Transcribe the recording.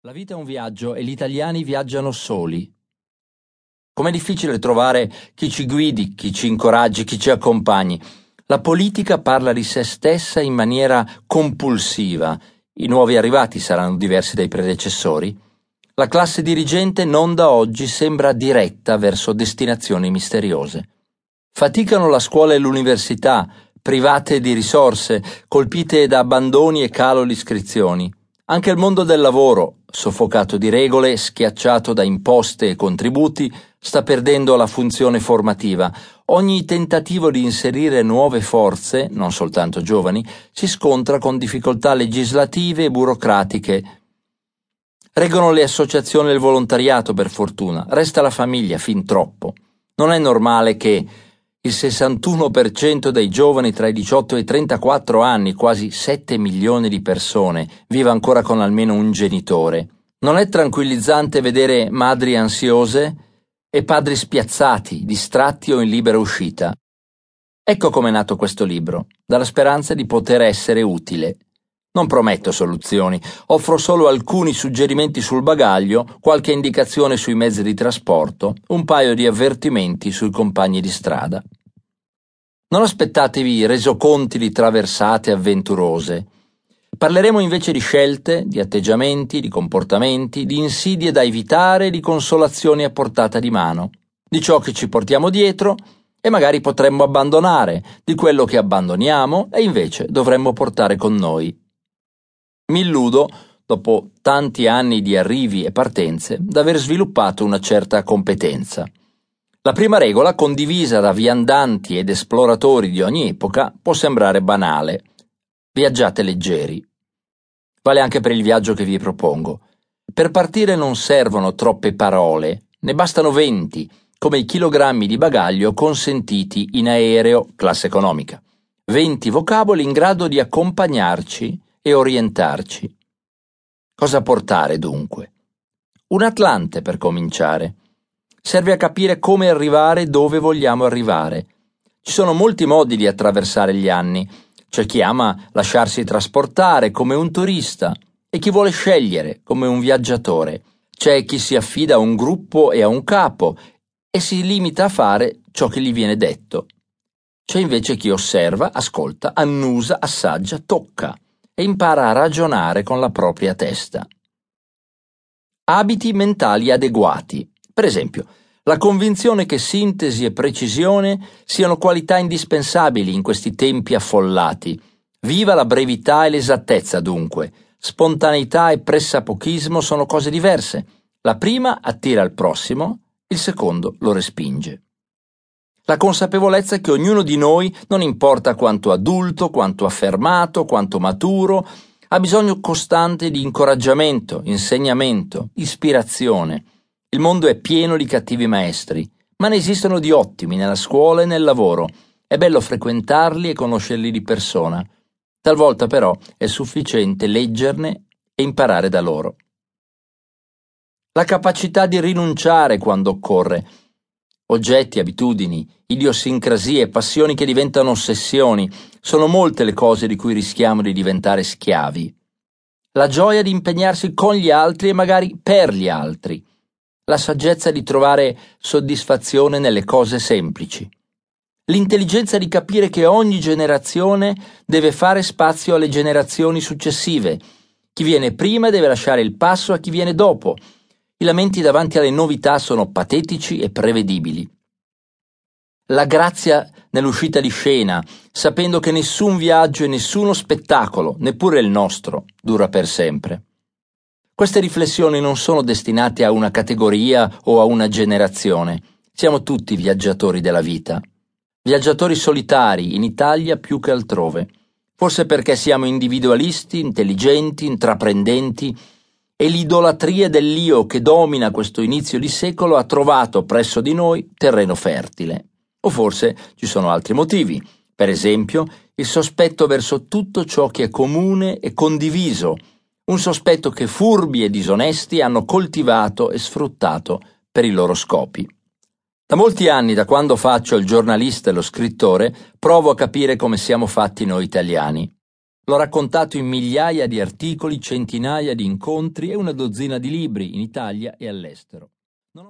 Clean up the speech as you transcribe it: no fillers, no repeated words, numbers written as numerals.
La vita è un viaggio e gli italiani viaggiano soli. Com'è difficile trovare chi ci guidi, chi ci incoraggi, chi ci accompagni. La politica parla di se stessa in maniera compulsiva. I nuovi arrivati saranno diversi dai predecessori. La classe dirigente non da oggi sembra diretta verso destinazioni misteriose. Faticano la scuola e l'università, private di risorse, colpite da abbandoni e calo di iscrizioni. Anche il mondo del lavoro, soffocato di regole, schiacciato da imposte e contributi, sta perdendo la funzione formativa. Ogni tentativo di inserire nuove forze, non soltanto giovani, si scontra con difficoltà legislative e burocratiche. Reggono le associazioni e il volontariato, per fortuna. Resta la famiglia, fin troppo. Non è normale che il 61% dei giovani tra i 18 e i 34 anni, quasi 7 milioni di persone, viva ancora con almeno un genitore. Non è tranquillizzante vedere madri ansiose e padri spiazzati, distratti o in libera uscita. Ecco com'è nato questo libro, dalla speranza di poter essere utile. Non prometto soluzioni, offro solo alcuni suggerimenti sul bagaglio, qualche indicazione sui mezzi di trasporto, un paio di avvertimenti sui compagni di strada. Non aspettatevi resoconti di traversate avventurose. Parleremo invece di scelte, di atteggiamenti, di comportamenti, di insidie da evitare e di consolazioni a portata di mano, di ciò che ci portiamo dietro e magari potremmo abbandonare, di quello che abbandoniamo e invece dovremmo portare con noi. Mi illudo, dopo tanti anni di arrivi e partenze, d'aver sviluppato una certa competenza. La prima regola, condivisa da viandanti ed esploratori di ogni epoca, può sembrare banale. Viaggiate leggeri. Vale anche per il viaggio che vi propongo. Per partire non servono troppe parole, ne bastano 20, come i chilogrammi di bagaglio consentiti in aereo classe economica. 20 vocaboli in grado di accompagnarci e orientarci. Cosa portare dunque? Un Atlante per cominciare. Serve a capire come arrivare dove vogliamo arrivare. Ci sono molti modi di attraversare gli anni. C'è chi ama lasciarsi trasportare come un turista e chi vuole scegliere come un viaggiatore. C'è chi si affida a un gruppo e a un capo e si limita a fare ciò che gli viene detto. C'è invece chi osserva, ascolta, annusa, assaggia, tocca e impara a ragionare con la propria testa. Abiti mentali adeguati. Per esempio, la convinzione che sintesi e precisione siano qualità indispensabili in questi tempi affollati. Viva la brevità e l'esattezza, dunque. Spontaneità e pressapochismo sono cose diverse. La prima attira il prossimo, il secondo lo respinge. La consapevolezza che ognuno di noi, non importa quanto adulto, quanto affermato, quanto maturo, ha bisogno costante di incoraggiamento, insegnamento, ispirazione. Il mondo è pieno di cattivi maestri, ma ne esistono di ottimi nella scuola e nel lavoro. È bello frequentarli e conoscerli di persona. Talvolta però è sufficiente leggerne e imparare da loro. La capacità di rinunciare quando occorre. Oggetti, abitudini, idiosincrasie, passioni che diventano ossessioni. Sono molte le cose di cui rischiamo di diventare schiavi. La gioia di impegnarsi con gli altri e magari per gli altri. La saggezza di trovare soddisfazione nelle cose semplici. L'intelligenza di capire che ogni generazione deve fare spazio alle generazioni successive. Chi viene prima deve lasciare il passo a chi viene dopo. I lamenti davanti alle novità sono patetici e prevedibili. La grazia nell'uscita di scena, sapendo che nessun viaggio e nessuno spettacolo, neppure il nostro, dura per sempre. Queste riflessioni non sono destinate a una categoria o a una generazione. Siamo tutti viaggiatori della vita. Viaggiatori solitari, in Italia più che altrove. Forse perché siamo individualisti, intelligenti, intraprendenti, e l'idolatria dell'io che domina questo inizio di secolo ha trovato presso di noi terreno fertile. O forse ci sono altri motivi. Per esempio, il sospetto verso tutto ciò che è comune e condiviso. Un sospetto che furbi e disonesti hanno coltivato e sfruttato per i loro scopi. Da molti anni, da quando faccio il giornalista e lo scrittore, provo a capire come siamo fatti noi italiani. L'ho raccontato in migliaia di articoli, centinaia di incontri e una dozzina di libri in Italia e all'estero.